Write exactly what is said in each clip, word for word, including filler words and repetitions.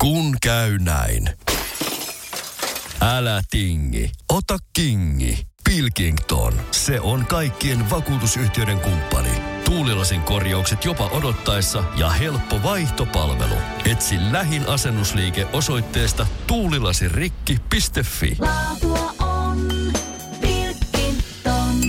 Kun käy näin. Älä tingi, ota kingi. Pilkington, se on kaikkien vakuutusyhtiöiden kumppani. Tuulilasin korjaukset jopa odottaessa ja helppo vaihtopalvelu. Etsi lähin asennusliike osoitteesta tuulilasirikki piste fi. Laatua on Pilkington.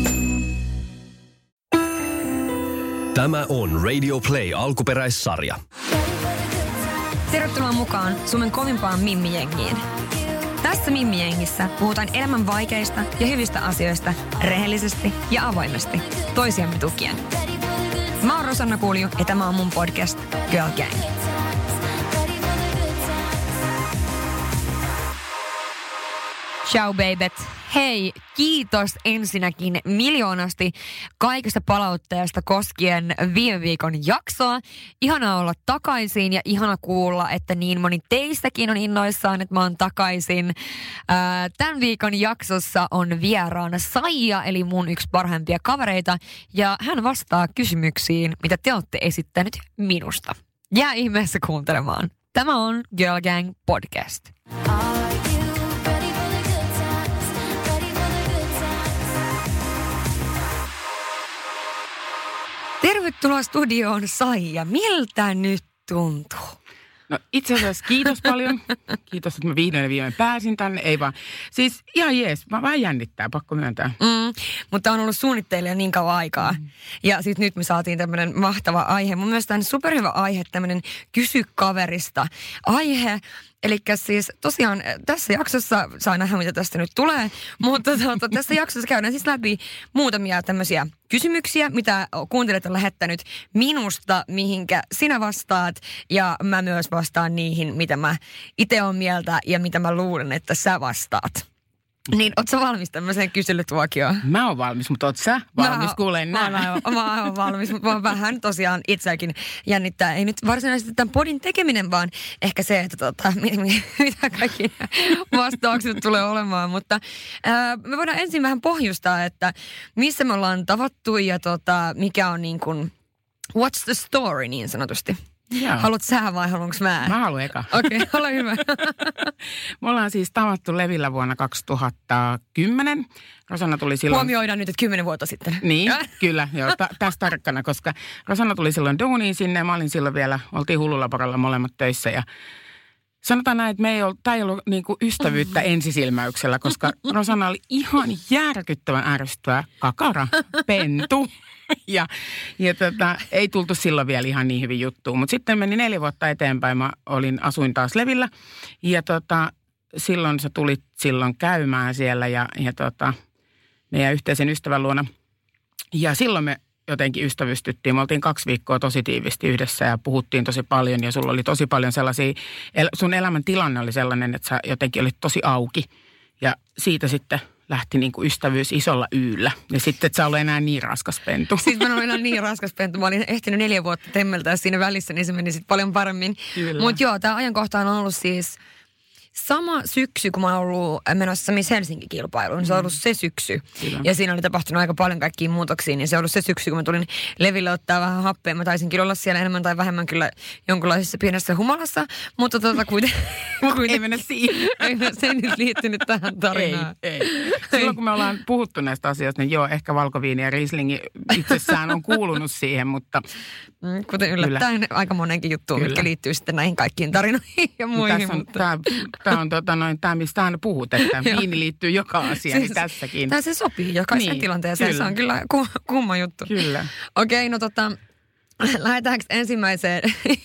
Tämä on Radio Play alkuperäissarja. Tervetuloa mukaan Suomen kovimpaan Mimmi-jengiin. Tässä Mimmi-jengissä puhutaan elämän vaikeista ja hyvistä asioista rehellisesti ja avoimesti, toisiamme tukien. Mä oon Rosanna Kulju ja tämä on mun podcast Girl Gang. Ciao babet. Hei, kiitos ensinnäkin miljoonasti kaikesta palautteesta koskien viime viikon jaksoa. Ihana olla takaisin ja ihana kuulla, että niin moni teistäkin on innoissaan, että mä oon takaisin. Ää, tämän viikon jaksossa on vieraana Saija, eli mun yksi parhaimpia kavereita. Ja hän vastaa kysymyksiin, mitä te olette esittänyt minusta. Jää ihmeessä kuuntelemaan. Tämä on Girl Gang Podcast. Tervetuloa studioon, Saija. Miltä nyt tuntuu? No itse asiassa kiitos paljon. Kiitos, että mä vihdoin ja viimein pääsin tänne. Ei vaan. Siis ihan jees. Mä vähän jännittää, pakko myöntää. Mm, mutta on ollut suunnitteilla niin kauan aikaa. Mm. Ja sitten nyt me saatiin tämmöinen mahtava aihe. Mun mielestä on superhyvä aihe, tämmöinen kysy kaverista aihe. Eli siis tosiaan tässä jaksossa, saa nähdä mitä tästä nyt tulee, mutta tuota, tässä jaksossa käydään siis läpi muutamia tämmöisiä kysymyksiä, mitä kuuntelijat on lähettänyt minusta, mihinkä sinä vastaat, ja mä myös vastaan niihin, mitä mä itse olen mieltä ja mitä mä luulen, että sä vastaat. Niin, oot sä valmis tämmöiseen kyselytuokioon? Mä oon valmis, mutta oot sä valmis kuuleen nää? Mä oon, mä oon valmis, mutta mä oon vähän tosiaan itseäkin jännittää. Ei nyt varsinaisesti tämän podin tekeminen, vaan ehkä se, että tota, mit, mit, mitä kaikki vastaukset tulee olemaan. Mutta ää, me voidaan ensin vähän pohjustaa, että missä me ollaan tavattu ja tota, mikä on niin kuin, what's the story niin sanotusti. Joo. Haluat sä vai haluanko mä? Mä haluan eka. Okei, okay, ole hyvä. Me ollaan siis tavattu Levillä vuonna kaksituhattakymmenen. Rosanna tuli silloin... Huomioidaan nyt, että kymmenen vuotta sitten. Niin, kyllä. Joo, ta- tästä tarkkana, koska Rosanna tuli silloin duuniin sinne. Mä olin silloin vielä, oltiin hullulla poralla molemmat töissä ja sanotaan näin, että me ei ollut, tämä ei ollut niin kuin ystävyyttä ensisilmäyksellä, koska Rosanna oli ihan järkyttävän ärsyttävä kakara, pentu. Ja, ja tota, ei tultu silloin vielä ihan niin hyvin juttuun. Mutta sitten meni neljä vuotta eteenpäin. Mä olin, asuin taas Levillä. Ja tota, silloin sä tulit silloin käymään siellä ja, ja tota, meidän yhteisen ystävän luona. Ja silloin me jotenkin ystävystyttiin. Me oltiin kaksi viikkoa tosi tiivisti yhdessä ja puhuttiin tosi paljon. Ja sulla oli tosi paljon sellaisia, sun elämän tilanne oli sellainen, että sä jotenkin olit tosi auki. Ja siitä sitten lähti niin kuin ystävyys isolla yllä. Ja sitten, että sä olet enää niin raskas pentu. Siis mä en ole enää niin raskas pentu. Mä olin ehtinyt neljä vuotta temmeltää siinä välissä, niin se meni sitten paljon paremmin. Mutta joo, tämä ajankohta on ollut siis sama syksy, kun mä oon ollut menossa Miss Helsinki-kilpailuun. Mm. Se on ollut se syksy. Kyllä. Ja siinä oli tapahtunut aika paljon kaikkia muutoksia. Niin se on ollut se syksy, kun mä tulin Leville ottaa vähän happea. Mä taisin kyllä olla siellä enemmän tai vähemmän kyllä jonkunlaisessa pienessä humalassa. Mutta tuota kuitenkin... ei mennä siihen. Se ei nyt liittynyt tähän tarinaan. Ei, ei. Silloin kun me ollaan puhuttu näistä asioista, niin joo, ehkä valkoviini ja rieslingi itsessään on kuulunut siihen, mutta... Kuten yllättäen kyllä. Aika monenkin juttuun, kyllä. Mitkä liittyy sitten näihin kaikkiin tarinoihin ja muihin. Tässä on, mutta... tämä, tämä on tota noin, tämä, mistä aina puhut, että viini liittyy joka asiaan, siis, niin tässäkin. Tämä se sopii jokaisen niin, tilanteeseen, kyllä. Se on kyllä kumma juttu. Kyllä. Okei, no tota, lähdetäänkö ensimmäiseen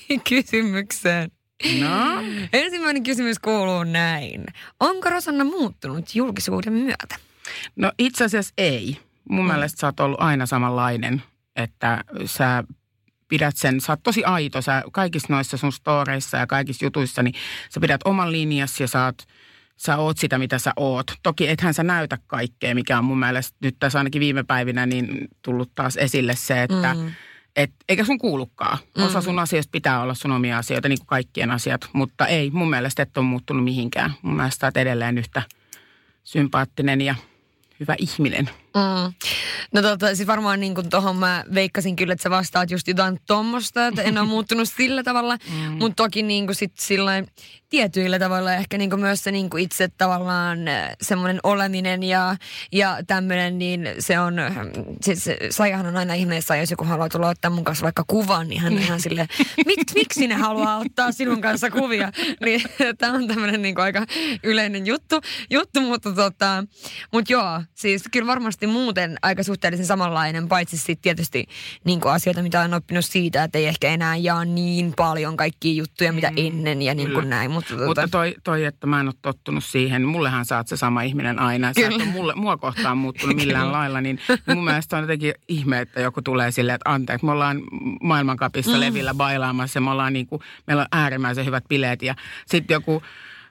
kysymykseen? No? Ensimmäinen kysymys kuuluu näin. Onko Rosanna muuttunut julkisuuden myötä? No itse asiassa ei. Mun mm. mielestä sä oot ollut aina samanlainen, että sä pidät sen, sä oot tosi aito, sä kaikissa noissa sun storeissa ja kaikissa jutuissa, niin sä pidät oman linjasi ja sä oot, sä oot sitä, mitä sä oot. Toki ethän sä näytä kaikkea, mikä on mun mielestä nyt tässä ainakin viime päivinä niin tullut taas esille se, että mm. et, eikä sun kuulukaan. Osa sun asioista pitää olla sun omia asioita, niin kuin kaikkien asiat, mutta ei, mun mielestä et ole muuttunut mihinkään. Mun mielestä oot edelleen yhtä sympaattinen ja hyvä ihminen. Mm. No tota, siis varmaan niin kuin tohon mä veikkasin kyllä, että sä vastaat just jotain tommosta, että en ole muuttunut sillä tavalla, mm. mutta toki niin kuin sit sillain tietyillä tavalla ehkä niin kuin myös se niin kuin itse tavallaan semmoinen oleminen ja, ja tämmöinen, niin se on, siis Saijahan on aina ihmeessä, jos joku haluaa tulla ottaa mun kanssa vaikka kuvan, niin hän on ihan silleen, Mik, miksi ne haluaa ottaa sinun kanssa kuvia? Niin tämä on tämmöinen niin kuin aika yleinen juttu, juttu mutta tota, mut joo, siis kyllä varmasti muuten aika suhteellisen samanlainen, paitsi sitten tietysti niin kuin asioita, mitä on oppinut siitä, että ei ehkä enää jaa niin paljon kaikkia juttuja, mitä ennen ja niin kuin näin. Mutta, Mutta toi, toi, että mä en ole tottunut siihen, mullehan sä oot se sama ihminen aina. Sä et ole mulle, mua kohtaan muuttunut millään lailla, niin mun mielestä on jotenkin ihme, että joku tulee silleen, että anteeksi, me ollaan maailmankapissa mm. levillä bailaamassa ja me ollaan niin kuin, meillä on äärimmäisen hyvät bileet ja sitten joku...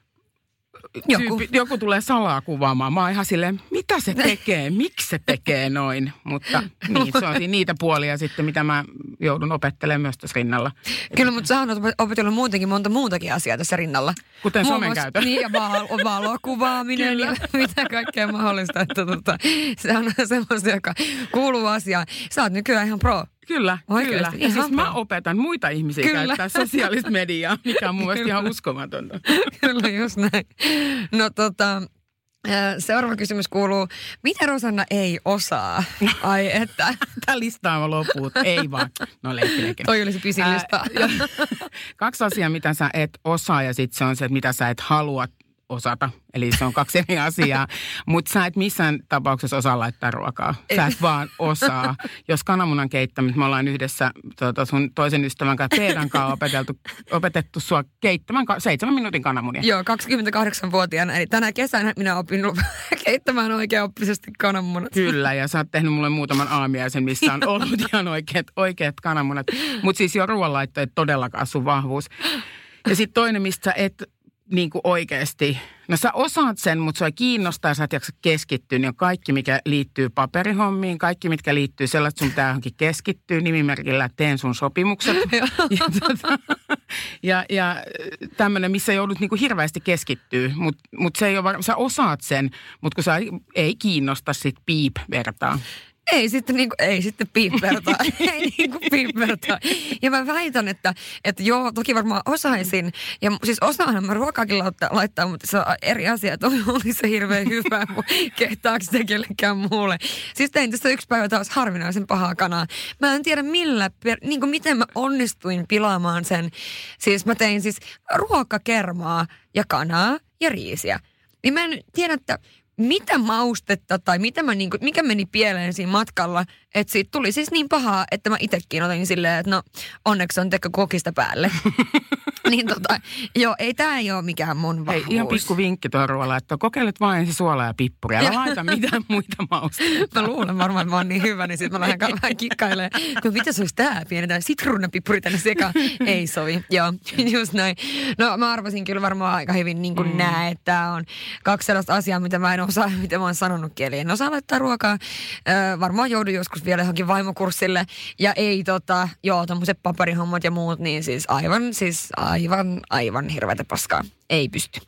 Joku. Tyyppi, joku tulee salaa kuvaamaan. Mä oon ihan silleen, mitä se tekee, miksi se tekee noin. Mutta niin, se on niitä puolia sitten, mitä mä joudun opettelemaan myös tässä rinnalla. Kyllä, mutta sä oot opetellut muutenkin monta muutakin asiaa tässä rinnalla. Kuten somen käytö. Niin, ja valo, valokuvaaminen ja mitä kaikkea mahdollista. Että tota, se on semmoista, joka kuuluu asiaan. Sä oot nykyään ihan pro. Kyllä, Oikeasti, kyllä. Ja siis mä opetan muita ihmisiä kyllä. käyttää sosiaalista mediaa, mikä on mun mielestä ihan uskomatonta. Kyllä, just näin. No tota, seuraava kysymys kuuluu, mitä Rosanna ei osaa? Ai että. Tämä listaa loput, ei vaan. No leikki, leikki. Toi olisi pisin lista. Kaksi asiaa, mitä sä et osaa ja sitten se on se, että mitä sä et halua osata. Eli se on kaksi eri asiaa. Mutta sä et missään tapauksessa osaa laittaa ruokaa. Sä et vaan osaa. Jos kananmunan keittämistä, me ollaan yhdessä tuota, sun toisen ystävän kanssa, Teedan kanssa opeteltu, opetettu sua keittämään seitsemän minuutin kananmunia. Joo, kaksikymmentäkahdeksanvuotiaana. Eli tänä kesänä minä opin keittämään oikeaoppisesti kananmunat. Kyllä, ja sä oot tehnyt mulle muutaman aamiaisen, missä on ollut ihan oikeat, oikeat kananmunat. Mutta siis jo ruoanlaitto ei todellakaan sun vahvuus. Ja sitten toinen, mistä sä et... niin kuin oikeasti, no sä osaat sen, mutta sua kiinnostaa, sä et jaksa keskittyä, niin on kaikki, mikä liittyy paperihommiin, kaikki, mitkä liittyy sellaista, sun pitää johonkin keskittyä, nimimerkillä, että teen sun sopimukset. ja tota, ja, ja tämmöinen, missä joudut niin kuin hirveästi keskittyä, mutta mut se ei ole varma, sä osaat sen, mutta kun sä ei kiinnosta sit piip-vertaa. Ei sitten niinku, ei sitten piippertaa, ei niinku piippertaa. Ja mä väitän, että, että joo, toki varmaan osaisin. Ja siis osaahan mä ruokaakin laittaa, laittaa mutta se on eri asia, että oli se hirveän hyvä, kun kehtaako sitä kellekään muulle. Siis tein tässä yksi päivä taas harvinaisen pahaa kanaa. Mä en tiedä millä, niin kuin miten mä onnistuin pilaamaan sen. Siis mä tein siis ruokakermaa ja kanaa ja riisiä. Niin mä en tiedä, että... mitä maustetta tai mitä mä niinku, mikä meni pieleen siinä matkalla, että siitä tuli siis niin pahaa, että mä itsekin otin silleen, että no onneksi on tekö kokista päälle. Niin tota, joo, ei tää ei ole mikään mun vahvuus. Hei, ihan pikku vinkki tuohon ruoalla, että kokeilet vain ensin suolaa ja pippuria. Älä laita mitään muita mausteita. Mä luulen varmaan, että mä oon niin hyvä, niin sit mä lähden vähän kikkailemaan. No mitä se olisi tää pienetään sitruunapippuri tänne sekaan? Ei sovi. Joo, just näin. No mä arvasin kyllä varmaan aika hyvin niin kuin mm. näe, että tää on kaksi sellaista asiaa, mitä mä en osaa, mitä mä oon sanonutkin. Eli en osaa laittaa ruokaa. Ö, varmaan joudun joskus vielä johonkin vaimokurssille. Ja ei tota, joo, tommoset paperihommat ja muut, niin siis aivan, siis aivan, aivan hirveätä paskaa. Ei pysty.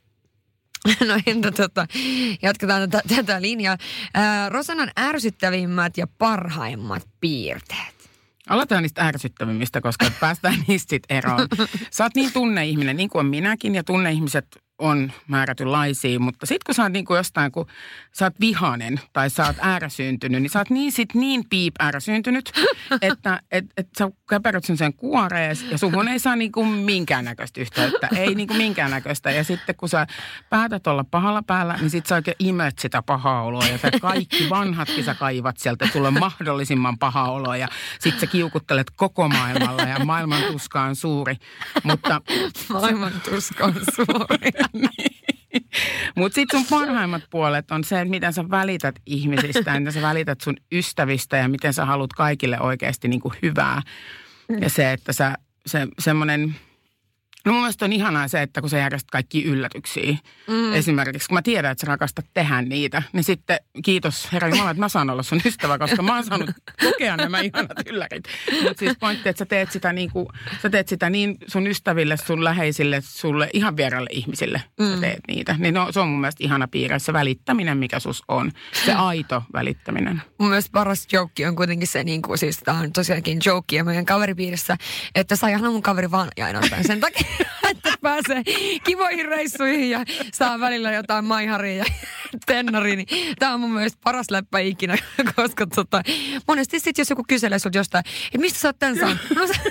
No entä tota, jatketaan tätä, tätä linjaa. Ää, Rosannan ärsyttävimmät ja parhaimmat piirteet. Aloitetaan niistä ärsyttävimmistä, koska päästään niistä sit eroon. Sä oot niin tunneihminen, niin kuin on minäkin, ja tunneihmiset on määrätynlaisia, mutta sit kun sä oot niin kuin jostain, kun sä oot vihanen tai sä oot ärsyyntynyt, niin sä oot niin sit niin piip ärsyyntynyt, että et, et sä käperöt sen sen kuorees ja suhun ei saa niin kuin minkäännäköistä yhteyttä, ei niin kuin minkäännäköistä. Ja sitten kun sä päätät olla pahalla päällä, niin sit sä oikein imet sitä pahaa oloa ja sä kaikki vanhatkin sä kaivat sieltä, että sulla on mahdollisimman paha olo ja sit sä kiukuttelet koko maailmalla ja maailman tuska on suuri. Mutta maailman tuska on suuri. Niin. Mutta sitten sun parhaimmat puolet on se, että miten sä välität ihmisistä, miten sä välität sun ystävistä ja miten sä haluat kaikille oikeasti niinku hyvää. Ja se, että sä, se, semmoinen No mun mielestä on ihanaa se, että kun sä järjestät kaikki yllätyksiä. Mm. Esimerkiksi kun mä tiedän, että sä rakastat tehdä niitä, niin sitten kiitos Herra Jumala, että mä saan olla sun ystävä, koska mä oon saanut kokea nämä ihanat yllärit. Mutta siis pointti, että sä teet, sitä niin kuin, sä teet sitä niin sun ystäville, sun läheisille, sulle ihan vieraille ihmisille mm. sä teet niitä. Niin no, se on mun mielestä ihana piirre, se välittäminen, mikä sus on. Se aito välittäminen. Mun mielestä paras joke on kuitenkin se, niin kuin, siis tää on tosiaankin joke ja meidän kaveripiirissä, että sä ihan mun kaveri vaan ja ainoastaan sen takia, että pääsee kivoihin reissuihin ja saa välillä jotain maiharia ja tennaria. Niin tää on mun mielestä paras läppä ikinä, koska tota, monesti sit jos joku kyselee sulta jostain, että mistä sä oot tän saanut? No sä...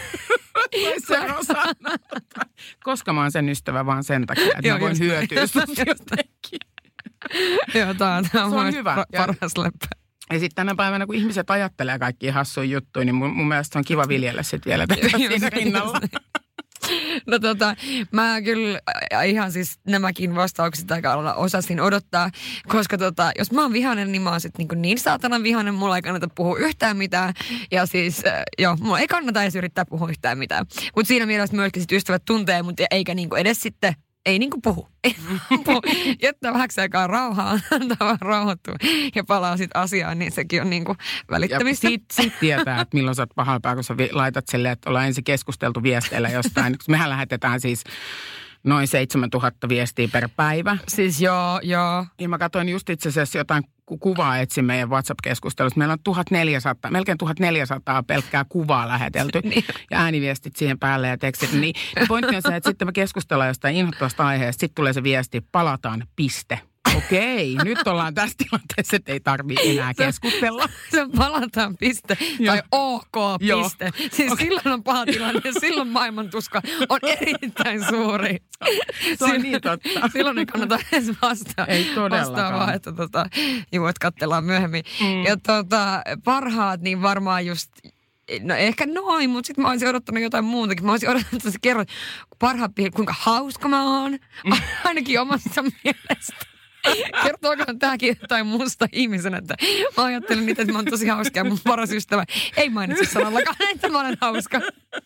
Koska mä oon sen ystävä vaan sen takia, että joo, mä voin hyötyä susta jotenkin. Joo, tää on, tää on, on mun hyvä. Pa- paras läppä. Ja sitten tänä päivänä, kun ihmiset ajattelee kaikkia hassuja juttuja, niin mun, mun mielestä on kiva viljellä sitten vielä tätä siinä rinnalla. No tota, mä kyllä ihan siis nämäkin vastaukset aika lailla osasin odottaa, koska tota, jos mä oon vihainen, niin mä oon sit niin, niin saatanan vihainen, mulla ei kannata puhua yhtään mitään. Ja siis, äh, joo, mulla ei kannata edes yrittää puhua yhtään mitään. Mutta siinä mielessä myöskin sit ystävät tuntee, mutta eikä niinku edes sitten, ei niinku puhu. puhu. Jättää vähäksi aikaa rauhaa, antaa vaan rauhoittua ja palaa sitten asiaan, niin sekin on niinku välittämistä. Ja sit, sit tietää, että milloin sä oot pahalla päällä, kun sä laitat silleen, että ollaan ensin keskusteltu viesteillä jostain. Mehän lähetetään siis noin seitsemäntuhatta viestiä per päivä. Siis joo, joo. Ja mä katsoin just itse asiassa jotain kuvaa etsin meidän WhatsApp-keskustelussa. Meillä on tuhatneljäsataa, melkein tuhatneljäsataa pelkkää kuvaa lähetelty niin. Ja ääniviestit siihen päälle ja tekstit. Niin pointti on se, että sitten me keskustellaan jostain inhottavasta aiheesta. Sitten tulee se viesti, palataan, piste. Okei, nyt ollaan tässä tilanteessa, että ei tarvitse enää keskustella. Se on palataan piste tai ok piste. Joo. Siis okay. Silloin on paha tilanne ja silloin maailmantuska on erittäin suuri. Se on niin totta. Silloin ei kannata edes vastaa. Ei todellakaan. Vastaa vaan, että tota, juu, että katsellaan myöhemmin. Mm. Ja tota, parhaat niin varmaan just... No ehkä noin, mutta sitten mä olisin odottanut jotain muutakin. Mä olisin odottanut, että sä kerrot parhaat piirteet, kuinka hauska mä oon. Mm. Ainakin omassa mielestä. Kertookohan tämäkin jotain musta ihmisen, että mä ajattelin niitä, että mä oon tosi hauska ja mun paras ystävä ei mainitse sanallakaan, että mä olen hauska.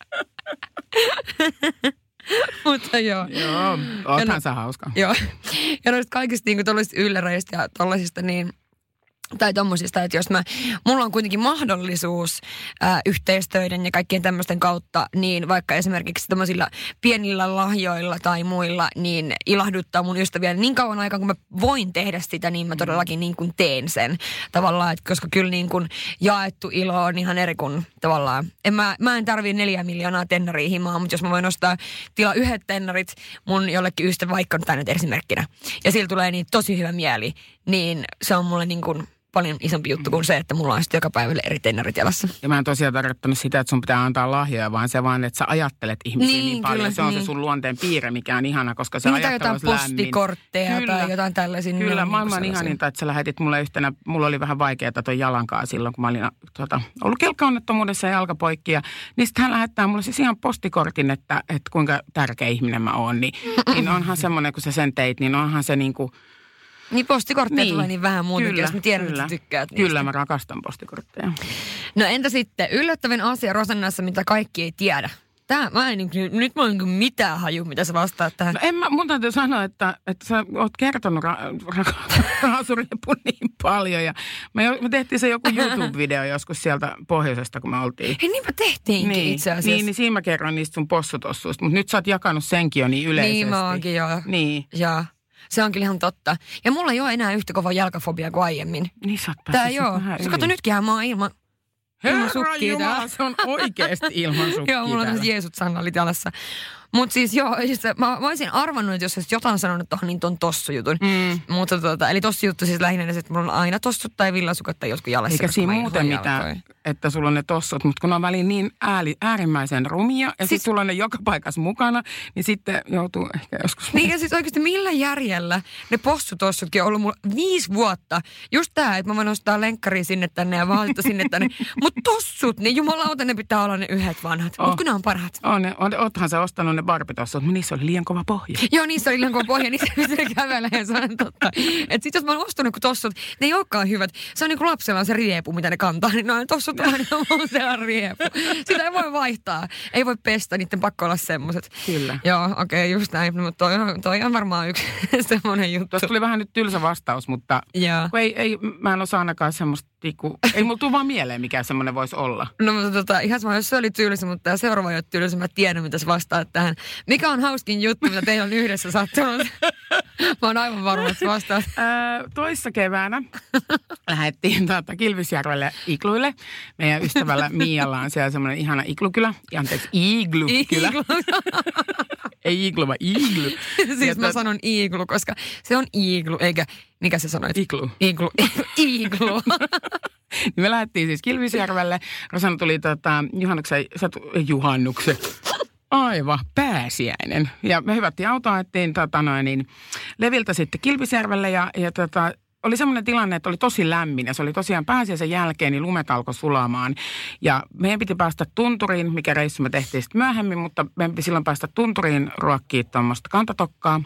Mutta joo. Joo, oothan sä hauska. Joo. Ja noista kaikista niin tuollaisista ylläreistä ja tollasista, niin tai tommosista, että jos mä, mulla on kuitenkin mahdollisuus ää, yhteistöiden ja kaikkien tämmöisten kautta, niin vaikka esimerkiksi tommosilla pienillä lahjoilla tai muilla, niin ilahduttaa mun ystäviä niin kauan aikaa, kun mä voin tehdä sitä, niin mä todellakin niin kuin teen sen tavallaan, että koska kyllä niin kuin jaettu ilo on ihan eri kuin tavallaan, en mä, mä en tarvii neljä miljoonaa tennaria himaa, mutta jos mä voin ostaa tila yhdet tennarit mun jollekin ystävä, vaikka on nyt esimerkkinä, ja sillä tulee niin tosi hyvä mieli, niin se on mulle niin kuin paljon isompi juttu kuin se, että mulla on sitten joka päivälle eri tennarit jalassa. Ja mä en tosiaan tarkoittanut sitä, että sun pitää antaa lahjoja, vaan se vaan, että sä ajattelet ihmisiä niin, niin paljon. Kyllä, se on niin. Se sun luonteen piirre, mikä on ihana, koska se niin, ajattelu on lämmin. Jotain postikortteja kyllä, tai jotain tällaisia. Kyllä, niin maailman niin ihaninta, että sä lähetit mulle yhtenä, mulla oli vähän vaikeaa ton jalankaa silloin, kun mä olin tuota, ollut kelkkaonnettomuudessa ja jalkapoikki. Ja niin sitten hän lähettää mulle siis ihan postikortin, että, että kuinka tärkeä ihminen mä oon. Niin, niin onhan semmoinen, kun sä sen teit, niin onhan se niinku... Niin postikortteja niin. Tulee niin vähän muutenkin, jos mä tiedän, kyllä. Että sä tykkäät niistä. Kyllä, mä rakastan postikortteja. No entä sitten yllättävän asia Rosannassa, mitä kaikki ei tiedä? Tää, mä en, nyt mä en mitään haju, mitä sä vastaat tähän. No en mä, mun täytyy sanoa, että, että sä oot kertonut ra- ra- raasuripun niin paljon. Ja me, jo, me tehtiin se joku YouTube-video joskus sieltä pohjoisesta, kun me oltiin. Hei, niin mä tehtiinkin niin, itse asiassa. Niin, niin siinä mä kerron niistä sun possutossuista, mutta nyt sä oot jakanut senkin jo niin yleisesti. Niin mä oonkin joo. Niin. Joo. Se on kyllä ihan totta. Ja mulla ei ole enää yhtä kova jalkafobia kuin aiemmin. Niin sä oot Tää joo. Sä kato nytkin mä oon ilman, ilman sukkia. Herra Jumala, se on oikeesti ilman sukkia. Joo, mulla on tässä Jeesut-sandaalit jalassa. Mutta siis joo, siis mä, mä olisin arvannut, että jos olisit jotain sanonut tuohon, niin ton tossujutun. Mm. Mutta tota, eli tossujuttu siis lähinnä se, että mulla on aina tossut tai villasukat tai jotkut jalassa. Eikä siinä muuten mitään, että sulla on ne tossut, mutta kun on väliin niin ääli, äärimmäisen rumia ja sitten sit sulla on ne joka paikassa mukana, niin sitten joutuu ehkä joskus... Niin ja siis oikeasti millä järjellä ne possutossutkin on ollut mulla viisi vuotta. Just tää, että mä voin ostaa lenkkaria sinne tänne ja vaatetta sinne tänne. Mutta tossut, niin jumalauta, ne pitää olla ne yhdet vanhat. Oh. Mutta kun ne on parhaat. On, on, oothan sä ostanut ne barbitossut, mutta niissä oli liian kova pohja. Joo, niissä oli liian kova pohja, niissä pitää kävellä ja se on totta. Että sit jos mä oon ostanut tossut, ne ei olekaan hyvät. Se on niin kuin lapsella on se riepu, mitä ne kantaa, niin noin tossut on aina se riepu. Sitä ei voi vaihtaa, ei voi pestä, niiden pakko olla semmoset. Kyllä. Joo, okei, okay, just näin, mutta toi on, toi on varmaan yksi semmoinen juttu. Tuossa tuli vähän nyt tylsä vastaus, mutta ei, ei, mä en osaa ainakaan semmoista, niinku, ei mulla tule vaan mieleen, mikä semmoinen voisi olla. No mutta tota, ihan sama, jos se oli tylsä, mutta tämä seuraava ei ole tylsä, mä tiedän, mitä sä vastaat tähän. Mikä on hauskin juttu, mitä teillä on yhdessä sattunut? Mä oon aivan varma, että vastaat. Öö, toissa keväänä lähdettiin tuota Kilpisjärvelle igluille. Meidän ystävällä Mialla on siellä semmoinen ihana iglukylä. Anteeksi, iglukylä. Iglu. Ei iglu, vaan iglu. Siis mä sanon iglu, koska se on iglu, eikä, mikä sä sanoit? Iglu. Iglu. Iglu. Niin me lähdettiin siis Kilpisjärvelle. Rosanna tuli tota, juhannuksen, satu, juhannuksen, aivan pääsiäinen. Ja me hyvättiin autoa, ettiin tota noin, niin Leviltä sitten Kilpisjärvelle ja, ja tota, oli semmoinen tilanne, että oli tosi lämmin ja se oli tosiaan pääsiäisen jälkeen, niin lumet alkoi sulamaan. Ja meidän piti päästä tunturiin, mikä reissu me tehtiin sitten myöhemmin, mutta meidän piti silloin päästä tunturiin ruokkiin tuommoista kantatokkaa.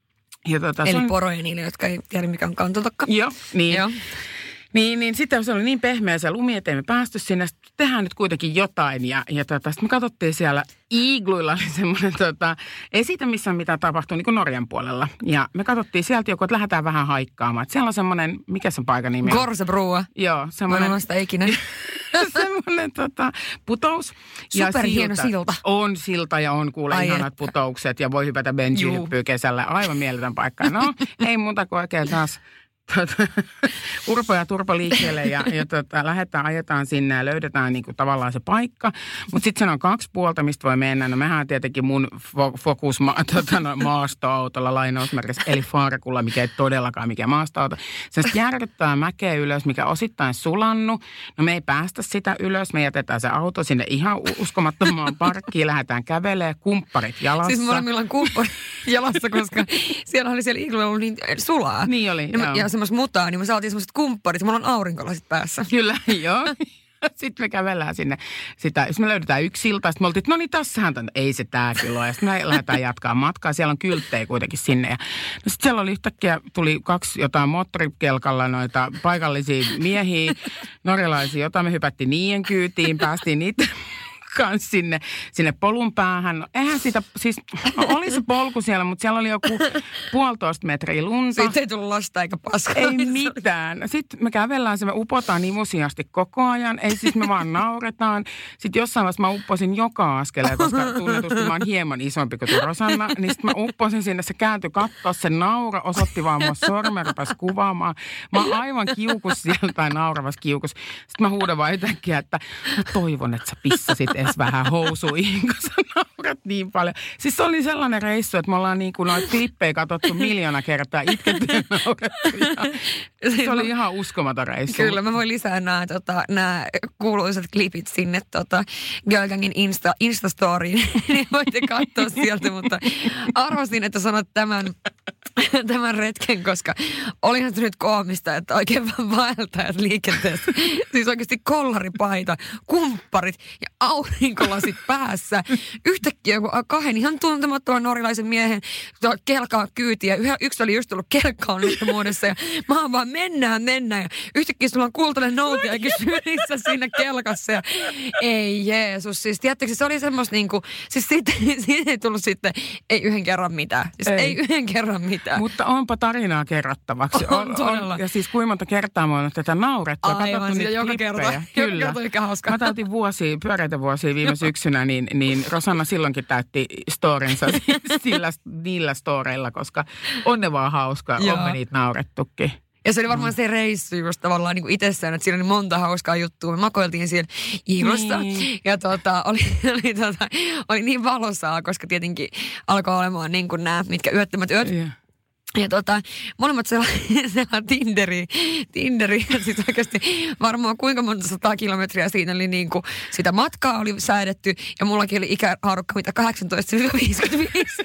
Ja tota, Eli on poroja niille, jotka ei tiedä mikä on kantatokka. Joo, niin. Joo. Niin, niin sitten se oli niin pehmeä se lumi, ettei me päästy sinne. Sitten tehdään nyt kuitenkin jotain. Ja, ja tota, sitten me katsottiin siellä igluilla semmoinen tota, ei siitä missään mitään tapahtuu niin kuin Norjan puolella. Ja me katsottiin sieltä joku, että lähdetään vähän haikkaamaan. Että siellä on semmoinen, mikä se paikan nimi on? Gorsebrua. Joo, semmoinen. Mä en sitä ikinä. semmoinen tota, putous. Superhieno silta. On silta ja on kuule Ai ihanat että. putoukset ja voi hypätä benji-hyppyä kesällä. Aivan mieletön paikka. No, ei muuta kuin oikein taas Tota, urpo ja turpo liikkeelle ja, ja tota, lähdetään, ajetaan sinne ja löydetään niinku tavallaan se paikka. Mutta sitten se on kaksi puolta, mistä voi mennä. No mehän tietenkin mun fo- fokus ma- tota, no, maastoautolla lainausmerkissä, eli Faarekulla, mikä ei todellakaan mikä maastoauto. Se sitten järkyttää mäkeä ylös, mikä osittain sulannut. No me ei päästä sitä ylös, me jätetään se auto sinne ihan uskomattomaan parkkiin, lähdetään kävelemään, kumpparit jalassa. Siis molemmilla on kumpparit jalassa, koska siellä oli siellä igluilla ollut niin sulaa. Niin oli, ja, ja semmoista mutaa, niin me saatiin semmoiset kumpparit. Mulla on aurinkolasit päässä. Kyllä, joo. Sitten me kävellään sinne sitä. Sitten me löydetään yksi silta. Sitten me oltiin, että no niin, tässähän tämän. Ei se tää kyllä ole. Ja sitten me lähdetään jatkaa matkaa. Siellä on kylttejä kuitenkin sinne. Ja no sitten siellä oli yhtäkkiä, tuli kaksi jotain moottorikelkalla noita paikallisia miehiä, norjalaisia, jota me hypättiin niiden kyytiin. Päästiin niitä kanssa sinne, sinne polun päähän. No, eihän sitä, siis oli se polku siellä, mutta siellä oli joku puolitoista metriä lunta. Siitä ei tullut lasta eikä paskaa. Ei mitään. Sitten me kävellään se, me upotaan imusiasti koko ajan. Ei siis me vaan nauretaan. Sitten jossain vaiheessa mä upposin joka askeleen, koska tunnetusti mä oon hieman isompi kuin Rosanna. Niin sitten mä upposin sinne, se kääntyi katsoa, se naura, osoitti vaan mua sormen, rupesi kuvaamaan. Mä oon aivan kiukus sieltä tai nauravas kiukus. Sitten mä huudan vaan yhtäkkiä, että mä toivon, että sä pissasit edes vähän housuihin, kun sä naurat niin paljon. Siis se oli sellainen reissu, että me ollaan niin kuin noita klippejä katsottu miljoona kertaa, itketty ja naurettu. Se oli ihan uskomaton reissu. Kyllä, mä voin lisää nämä, tota, nämä kuuluisat klipit sinne tota, Girlgangin Insta, Instastoriin, niin voitte katsoa sieltä, mutta arvasin, että sanot tämän, tämän retken, koska olihan se nyt koomista, että oikein vaan vaeltajat liikenteessä. Siis oikeasti kollaripaita, kumpparit ja aurinkolasit päässä. Yhtäkkiä joku kahden ihan tuntemattoman norjalaisen miehen kelkaa kyytiä. Yksi oli just tullut kelkkaan muodossa ja mä oon vaan mennään, mennään. Ja yhtäkkiä sulla on kultainen noutiakin sylissä siinä kelkassa. Ja ei Jeesus. Siis tiedättekö, se oli semmoista niinku, siis siitä, siitä ei tullut sitten, ei yhden kerran mitään. Siis ei, ei yhden kerran mitään. Mutta onpa tarinaa kerrottavaksi. On, on todella. Ja siis kuinka monta kertaa mä oon tätä naurettua. Aivan, sitä joka kerta. Kyllä. Joka kerta hauskaa. Mä täytin vuosia, pyöreitä vuosia viime syksynä, niin, niin Rosanna silloinkin täytti storinsa sillä, niillä storeilla, koska on ne vaan hauskaa, on me niitä naurettukin. Ja se oli varmaan mm. se reissu just tavallaan niin kuin itsessään, että siinä oli monta hauskaa juttua. Me makoiltiin siellä iglussa niin. Ja tota, oli, oli, tota, oli niin valosaa, koska tietenkin alkoi olemaan niin kuin nämä, mitkä yöttömät yöt. Yeah. Ja tota, molemmat sellainen Tinderi, Tinderi, ja siis oikeasti varmaan kuinka monta sataa kilometriä siinä oli niin kuin sitä matkaa oli säädetty, ja mullakin oli ikähaarukka mitä kahdeksantoista viisikymmentäviisi.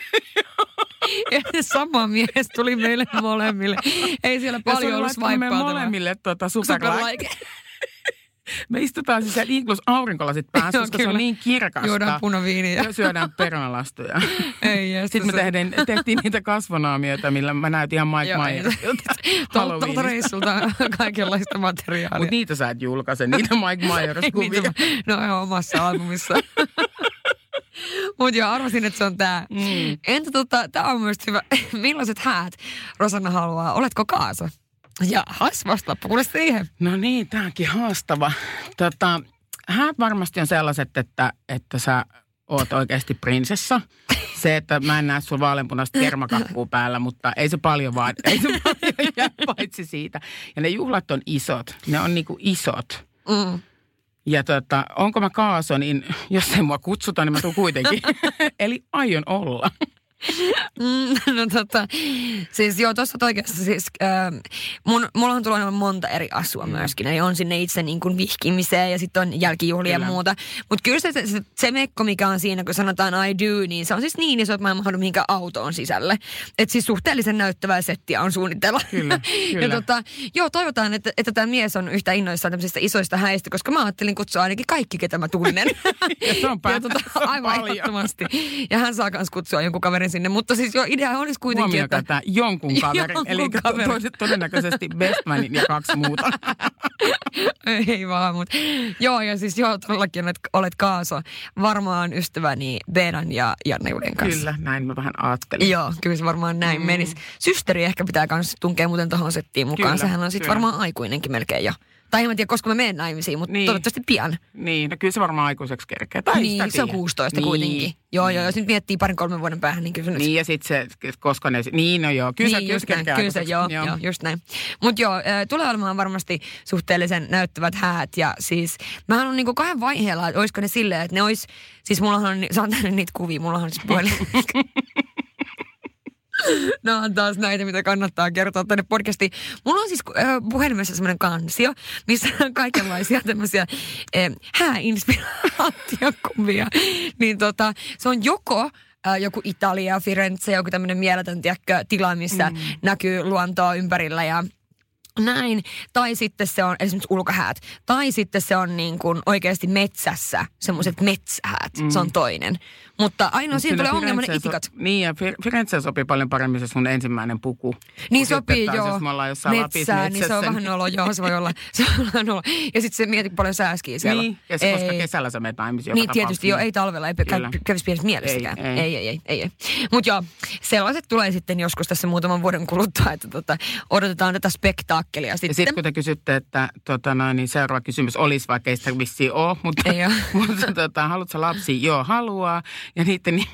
Ja sama mies tuli meille molemmille. Ei siellä paljon ollut swipeaa. Ja molemmille tuota superlike. Me istutaan siis siellä iglus aurinkolasit päässä, koska se on niin kirkasta. Juodaan punaviiniä. Ja syödään perunalastuja. Ei, ja sitten me tehden, tehtiin niitä kasvonaamioita, millä mä näytin ihan Mike Myersilta Halloweenista. Tuolta reissulta kaikenlaista materiaalia. Mutta niitä sä et julkaise, niitä Mike Myers-kuvia. No ihan omassa albumissa. Mutta joo, arvasin, että se on tää. Mm. Entä tota, tää on myös hyvä. Millaiset häät Rosanna haluaa? Oletko kaasa? Ja has vastaappa, kuule siihen. No niin, tääkin haastava. Tota, häät varmasti on sellaiset, että, että sä oot oikeasti prinsessa. Se, että mä en näe sun vaaleanpunaista kermakakkua päällä, mutta ei se paljon vaan, ei se paljon jää paitsi siitä. Ja ne juhlat on isot, ne on niinku isot. Mm. Ja tota, onko mä kaaso, niin jos ei mua kutsuta, niin mä tuun kuitenkin. Eli aion olla. Mm, no tota, siis joo, tuossa oikeassa siis, äh, mun, mullahan tulee olemaan monta eri asua mm. myöskin. Eli on sinne itse niin kuin vihkimiseen ja sitten on jälkijuhlia ja muuta. Mutta kyllä se, se, se mekko, mikä on siinä, kun sanotaan I do, niin se on siis niin iso, että mä en mahdu mihinkään autoon sisälle. Että siis suhteellisen näyttävää settiä on suunnitella. Kyllä, kyllä. Ja tota, joo, toivotaan, että, että tämä mies on yhtä innoissaan tämmöisistä isoista häistä, koska mä ajattelin kutsua ainakin kaikki, ketä mä tunnen. ja se on, pää- tota, se on aivan ehdottomasti. Ja hän saa myös kutsua jonkun kaverin sinne, mutta siis jo idea olisi kuitenkin, huomioon että... jonkun kaverin, jonkun eli kaveri. Toiset todennäköisesti Bestmanin ja kaksi muuta. Ei vaan, mutta joo, ja siis joo, todellakin olet, olet Kaaso, varmaan ystäväni Beenan ja Janne Juden kanssa. Kyllä, näin mä vähän ajattelin. Joo, kyllä se varmaan näin mm. menisi. Systeri ehkä pitää myös tunkea muuten tohon settiin mukaan, kyllä, sehän on sitten varmaan aikuinenkin melkein jo. Tai en mä tiedä, koska mä menen naimisiin, mutta niin. Toivottavasti pian. Niin, no kyllä se varmaan aikuiseksi kerkeä. Tai niin, se on kuusitoista niin. Kuitenkin. Joo, joo, jos nyt miettii parin kolmen vuoden päähän, niin kyllä se niin, ja sitten se, koska ne, niin no joo, kyllä niin, se, just näin, kyllä se, joo, joo. joo, just näin. Mutta joo, tulee olemaan varmasti suhteellisen näyttävät häät, ja siis mähän on niinku kahden vaiheella, että olisiko ne silleen, että ne ois, siis mullahan on, saan tänne niitä kuvia, mullahan siis puhelin. No on taas näitä, mitä kannattaa kertoa tänne podcastiin. Mulla on siis äh, puhelimessa semmoinen kansio, missä on kaikenlaisia tämmöisiä äh, hääinspiraatiokuvia. Niin tota, se on joko äh, joku Italia, Firenze, joku tämmöinen mieletön tiedäkö, tila, missä mm. näkyy luontoa ympärillä ja näin. Tai sitten se on esimerkiksi ulkohäät. Tai sitten se on niin kuin oikeasti metsässä, semmoiset metsähäät. Mm. Se on toinen. Mutta ainoa siinä tulee ongelma ne itikat. So, niin ja Firenze sopii paljon paremmin se sun ensimmäinen puku. Niin sopii joo. Jos me ollaan jossain metsää, niin se on vähän olo. Joo, se voi olla. Se on vähän olo. Ja sitten se mieti paljon sääskiä siellä. Niin, ja se, koska kesällä sä menet naimisiin. Niin tietysti joo, ei talvella, ei kävisi pienessä mielessäkään. Ei, ei, ei. ei, ei, ei. Mutta joo, sellaiset tulee sitten joskus tässä muutaman vuoden kuluttua, että tota, odotetaan tätä spektaakkelia sitten. Ja sitten kun te kysytte, että tota, no, niin seuraava kysymys olisi, vaikka ei sitä vissiin ole, mutta, mutta tota, haluatko lapsia? Joo, haluaa. Ja niiden nimi...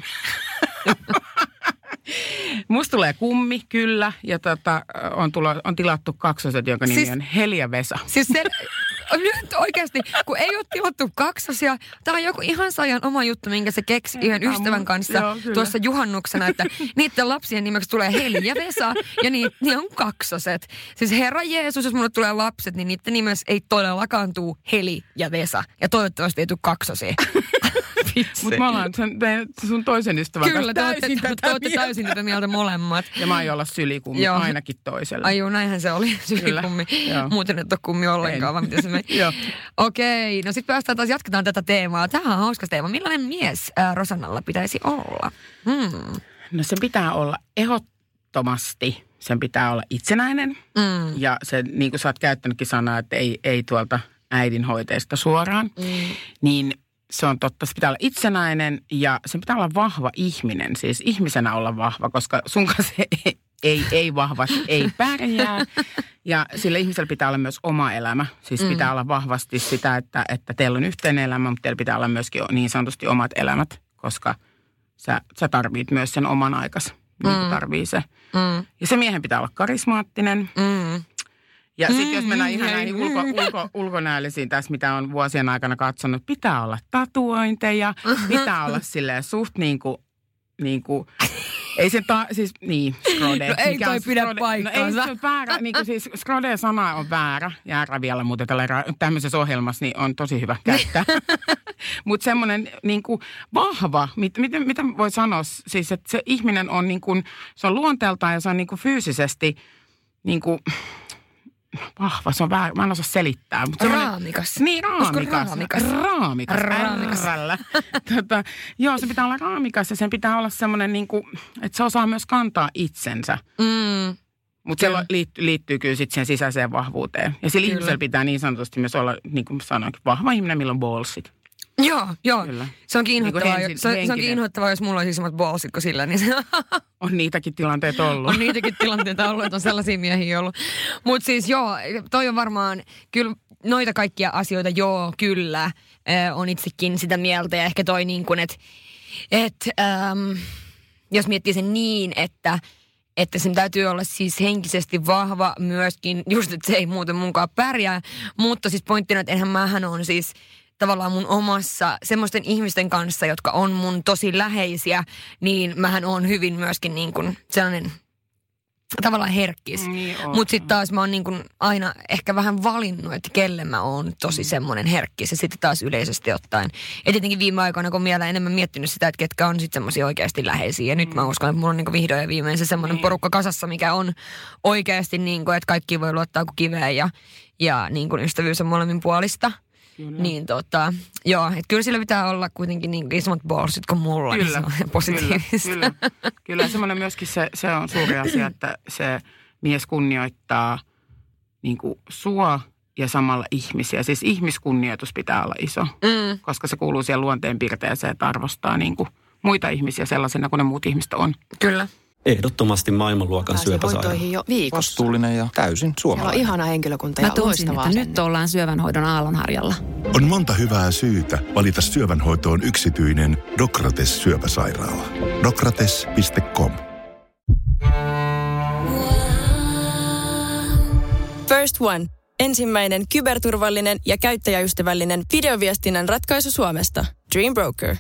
Musta tulee kummi, kyllä. Ja tota, on, tulo, on tilattu kaksoset, jonka nimi siis, on Heli ja Vesa. Siis se, nyt oikeasti, kun ei ole tilattu kaksosia, tämä on joku ihan sajan oma juttu, minkä se keksi yhden ystävän kanssa joo, tuossa juhannuksena, että niiden lapsien nimeksi tulee Heli ja Vesa, ja niin, niin on kaksoset. Siis Herra Jeesus, jos mulle tulee lapset, niin niiden nimessä ei todellakaan tuu Heli ja Vesa. Ja toivottavasti ei tule kaksosia. Mutta mä ollaan sen, sun toisen ystävän kyllä, kanssa täysin tätä te olette täysin tätä mieltä molemmat. Ja mä aion olla sylikummi joo. ainakin toisella. Ai juu, näinhän se oli, sylikummi. Muuten et ole kummi ollenkaan, vaan miten se meni. Okei, no sit päästään taas, jatketaan tätä teemaa. Tämä on hauska teema. Millainen mies ää, Rosannalla pitäisi olla? Hmm. No se pitää olla ehdottomasti, sen pitää olla itsenäinen. Mm. Ja se, niin kuin sä oot käyttänytkin sanaa, että ei, ei tuolta äidinhoiteesta suoraan, mm. niin se on totta, se pitää olla itsenäinen ja se pitää olla vahva ihminen, siis ihmisenä olla vahva, koska sun kanssa ei, ei, ei vahvasti, ei pärjää. Ja sillä ihmisellä pitää olla myös oma elämä, siis mm. pitää olla vahvasti sitä, että, että teillä on yhteinen elämä, mutta teillä pitää olla myöskin niin sanotusti omat elämät, koska sä, sä tarvit myös sen oman aikas, niin kuin mm. tarvii se. Mm. Ja se miehen pitää olla karismaattinen. Mm. Ja sitten mm, jos mennään ihan näihin ulko, ulko, ulkonäöllisiin tässä, mitä on vuosien aikana katsonut, pitää olla tatuointeja, pitää olla silleen suht niin kuin, niin kuin ei se ta, siis niin, skrode. No ei toi pidä paikkaansa. No ei se väärä, niin kuin siis skrode-sana on väärä, ja vielä muuten tämmöisessä ohjelmassa niin on tosi hyvä käyttää. Mutta semmoinen niin kuin vahva, mit, mit, mitä voi sanoa, siis että se ihminen on niin kuin, se on luonteeltaan ja se on niin kuin fyysisesti niin kuin vahva, se on vähän, mä en osaa selittää. Mutta raamikas. Niin, raamikas. Raamikas. Raamikas. Raamikas. tota, joo, se pitää olla raamikas ja sen pitää olla semmoinen, niin kuin, että se osaa myös kantaa itsensä. Mm. Mutta se liittyy, liittyy kyllä sitten sen sisäiseen vahvuuteen. Ja sillä ihmisellä pitää niin sanotusti myös olla, niin kuin sanoinkin, vahva ihminen, millä on ballsit. Joo, joo. Kyllä. Se onkin inhoittavaa, niin se, se onkin inhoittavaa, jos mulla olisi isommat ballsit kuin sillä. Niin se on niitäkin tilanteita ollut. On niitäkin tilanteita ollut, että on sellaisia miehiä ollut. Mutta siis joo, toi on varmaan, kyllä noita kaikkia asioita, joo, kyllä, äh, on itsekin sitä mieltä. Ja ehkä toi niin kuin, että et, ähm, jos miettii sen niin, että että sen täytyy olla siis henkisesti vahva myöskin, just että se ei muuten munkaan pärjää. Mutta siis pointtina, että enhän mähän on siis tavallaan mun omassa semmoisten ihmisten kanssa, jotka on mun tosi läheisiä, niin mähän on hyvin myöskin niin kuin sellainen tavallaan herkkis. Niin mutta sitten taas mä oon niin kuin aina ehkä vähän valinnut, että kelle mä oon tosi semmoinen herkkis. Ja sitten taas yleisesti ottaen. Ja tietenkin viime aikoina, kun vielä enemmän miettinyt sitä, että ketkä on sitten semmoisia oikeasti läheisiä. Ja nyt mm. mä uskon, että mulla on niin kuin vihdoin ja viimein se semmoinen mm. porukka kasassa, mikä on oikeasti niin kuin, että kaikki voi luottaa kuin kiveen ja, ja niin kuin ystävyys on molemmin puolista. Kyllä. Niin tota, joo, että kyllä sillä pitää olla kuitenkin niin isommat ballsit kuin mulla. Kyllä, niin se on positiivista. Kyllä, kyllä. Kyllä semmoinen myöskin se, se on suuri asia, että se mies kunnioittaa niin kuin sua ja samalla ihmisiä. Siis ihmiskunnioitus pitää olla iso, mm. koska se kuuluu siihen luonteenpiirteeseen, että arvostaa niin kuin muita ihmisiä sellaisena kuin ne muut ihmiset on. Kyllä. Ehdottomasti maailmanluokan syöpäsairaala. jo viikossa. Vastuullinen ja täysin suomalainen. Siellä on ihana henkilökunta ja Mä tunsin, loistavaa että nyt ollaan syövänhoidon aallonharjalla. On monta hyvää syytä valita syövänhoitoon yksityinen Dokrates syöpäsairaala. Dokrates piste com. First One. Ensimmäinen kyberturvallinen ja käyttäjäystävällinen videoviestinnän ratkaisu Suomesta. Dream Broker.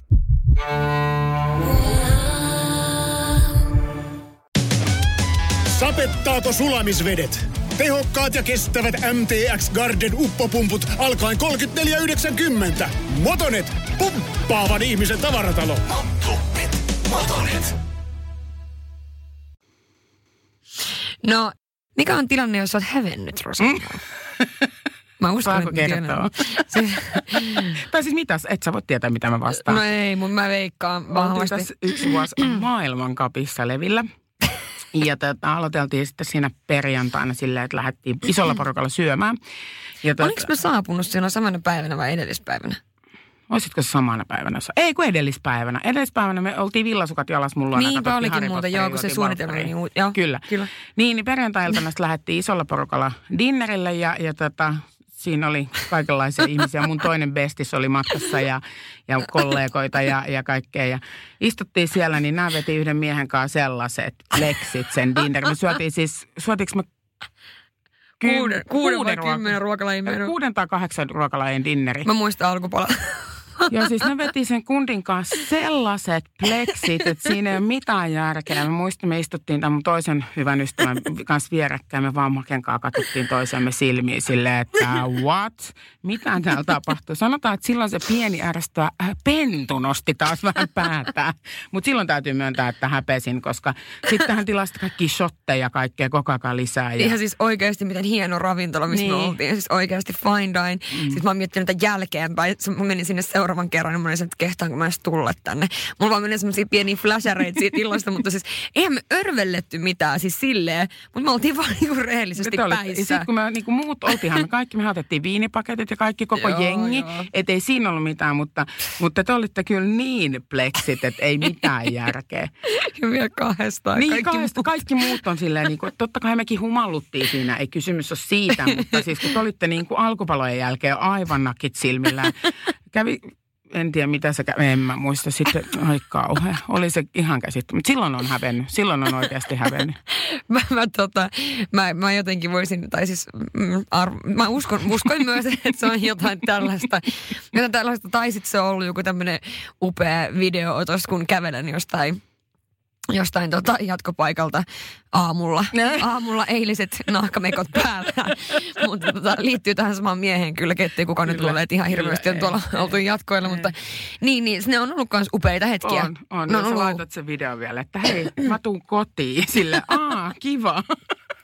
Sapettaako sulamisvedet? Tehokkaat ja kestävät M T X Garden uppopumput alkaen kolmekymmentäneljä yhdeksänkymmentä. Motonet, pumppaavan ihmisen tavaratalo. Motonet, Motonet. No, mikä on tilanne, jos olet hävennyt, Rosanna? Mä uskon, Saako että kertoa? Siis, tai siis mitäs? Et sä voi tietää, mitä mä vastaan. No ei, mun mä veikkaan vahvasti. Oltiin tässä yksi vuosi maailmankapissa levillä. Ja tota, aloiteltiin sitten siinä perjantaina silleen, että lähdettiin isolla porukalla syömään. Tota, oliko mä saapunut siinä samana päivänä vai edellispäivänä? Olisitko se samana päivänä? Ei, kun edellispäivänä. Edellispäivänä me oltiin villasukat jalas mulla. Niinpä olikin muuten, joo, kun se suunnitelma oli. Niin, joo, kyllä. kyllä. Niin, niin perjantailtana lähdettiin isolla porukalla dinnerille ja, ja tota, siinä oli kaikenlaisia ihmisiä. Mun toinen bestis oli matkassa ja, ja kollegoita ja, ja kaikkea. Ja istuttiin siellä, niin nämä veti yhden miehen kanssa sellaiset leksit sen dinnerin. Me syötiin siis, syötiinkö me Kuuden, kuuden, kuuden vai ruoka- kymmenen ruokalajin menu? Kuuden tai kahdeksan ruokalajin dinneri. Mä muistan alkupala. Joo, siis ne veti sen kundin kanssa sellaiset pleksit, että siinä ei ole mitään järkeä. Mä muistan, me istuttiin tämän mun toisen hyvän ystävän kanssa vierekkäin. Me vaan Maken kanssa katsottiin toisemme silmiin silleen, että what? Mitä täällä tapahtuu? Sanotaan, että silloin se pieni ärsyttävä pentu nosti taas vähän päätään. Mutta silloin täytyy myöntää, että häpesin, koska sitten tähän tilasta kaikki shotteja ja kaikkea koko ajan lisää. Ja... Ihan siis oikeasti miten hieno ravintola, missä niin. me oltiin. Siis oikeasti fine dine. Mm. Sitten mä oon miettinyt tämän jälkeenpäin. Mä menin sinne seuraavan kerran, niin mä olin sen, että kehtaanko mä edes tulla tänne. Mulla vaan meni semmosia pieniä flashareita siitä illasta, mutta siis eihän me örvelletty mitään siis silleen, mutta me oltiin vaan niinku rehellisesti päissä. Sitten kun me niinku muut oltiinhan me kaikki, me otettiin viinipaketit ja kaikki koko joo, jengi, ettei siinä ollut mitään, mutta, mutta te olitte kyllä niin pleksit, että ei mitään järkeä. Ja vielä kahdestaan. Niin, kaikki, kahdesta, muut. kaikki muut on silleen, niin kuin, totta kai mekin humalluttiin siinä, ei kysymys ole siitä, mutta siis kun te olitte niin kuin alkupalojen jälkeen aivan nakit silmillään, kävi... En tiedä, mitä se kävi. En mä muista sitten. Ai kauhea. Oli se ihan käsittää. Mutta silloin on hävennyt. Silloin on oikeasti hävennyt. mä, mä, tota, mä, mä jotenkin voisin, tai siis arv, mä uskon, uskoin myös, että se on jotain tällaista. Jotain tällaista. Tai sitten se on ollut joku tämmöinen upea video-otos, kun kävelen jostain. Jostain tota, jatkopaikalta aamulla. Aamulla eiliset nahkamekot päällä. Mutta tota, liittyy tähän samaan mieheen kyllä, ettei kukaan nyt luulee, että ihan hirveästi on tuolla oltu jatkoilla. Mutta niin, niin, ne on ollut myös upeita hetkiä. On, on. No, ja sä laitat sen videon vielä, että hei, mä tuun kotiin. Sille, aa, kiva.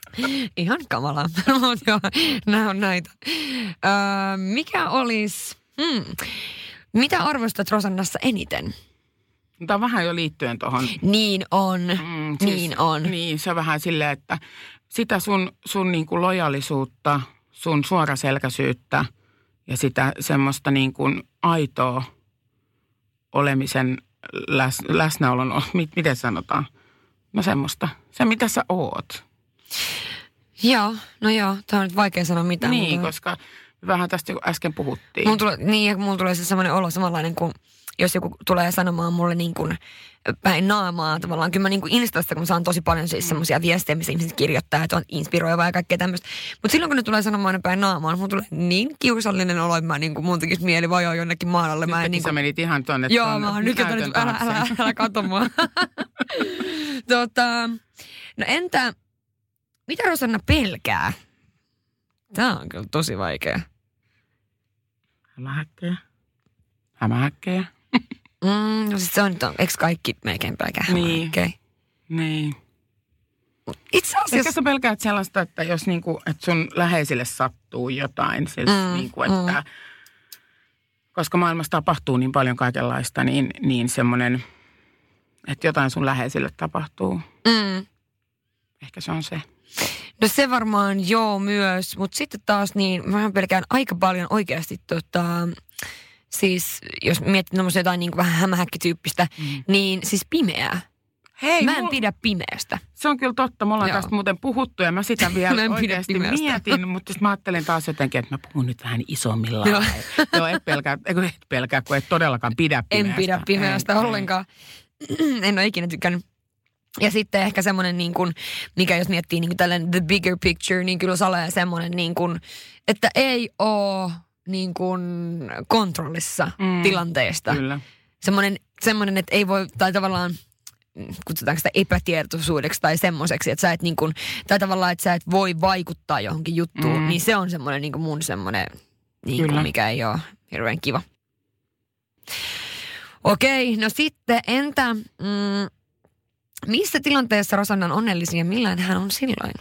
Ihan kamalaa. Mutta joo, nämä on näitä. Öö, mikä olisi, hmm, mitä arvostat Rosannassa eniten? Tämä on vähän jo liittyen tuohon. Niin on, mm, siis, niin on. Niin, se on vähän silleen, että sitä sun, sun niin kuin lojalisuutta, sun suoraselkäisyyttä ja sitä semmoista niin kuin aitoa olemisen läs, läsnäolon, miten sanotaan? No semmoista, se mitä sä oot. Joo, no joo, tämä on nyt vaikea sanoa mitään. Niin, mutta koska vähän tästä äsken puhuttiin. Mulla tulee, niin, ja mulla tulee se semmoinen olo samanlainen kuin, jos joku tulee sanomaan mulle niin kuin päin naamaa tavallaan. Kyllä mä niin kuin Instasta, kun mä saan tosi paljon siis semmoisia viestejä, missä ihmiset kirjoittaa, että on inspiroivaa ja kaikkea tämmöistä. Mutta silloin, kun ne tulee sanomaan päin naamaa, mulla tulee niin kiusallinen olo, että mä niin kuin, mun tekisi mieli vajaa jonnekin maalalle. Mä en, niin kuin, sä menit ihan tuonne. Joo, mä oon nyt, älä, älä, älä, älä katso mua. tota, no entä, mitä Rosanna pelkää? Tää on kyllä tosi vaikea. Hämähäkkejä. Hämähäkkejä. Mm, no sit se on, eikö kaikki melkein pelkää hämähäkkejä? Niin. Niin. Itse asiassa... Ehkä sä pelkäät sellaista, että jos niinku, että sun läheisille sattuu jotain, siis mm, niinku, että... Mm. Koska maailmassa tapahtuu niin paljon kaikenlaista, niin, niin semmoinen, että jotain sun läheisille tapahtuu. Mm. Ehkä se on se. No se varmaan joo myös, mutta sitten taas niin mä pelkään aika paljon oikeasti tota, siis jos mietit tommoista jotain niin kuin vähän hämähäkkityyppistä, mm. niin siis pimeää. Hei, mä en mul... pidä pimeästä. Se on kyllä totta. Me ollaan joo. tästä muuten puhuttu ja mä sitä vielä oikeasti mietin, mutta sitten mä ajattelin taas jotenkin, että mä puhun nyt vähän isommilla. Joo, joo et pelkää, et pelkää, kun et todellakaan pidä pimeästä. En pidä pimeästä en, ollenkaan. En ole ikinä tykännyt. Ja sitten ehkä semmoinen, niin kuin, mikä jos miettii niin kuin tällainen the bigger picture, niin kyllä salee semmoinen, niin kuin, että ei ole niin kuin kontrollissa mm, tilanteesta. Kyllä. Semmoinen, semmoinen, että ei voi, tai tavallaan, kutsutaanko sitä epätietoisuudeksi tai semmoiseksi, että sä et niin kuin, tai tavallaan, että sä et voi vaikuttaa johonkin juttuun, mm. niin se on semmoinen niin kuin mun semmoinen, niin kuin, mikä ei ole hirveän kiva. Okei, no sitten entä... Mm, missä tilanteessa Rosanna on onnellisin ja millään hän on silloin?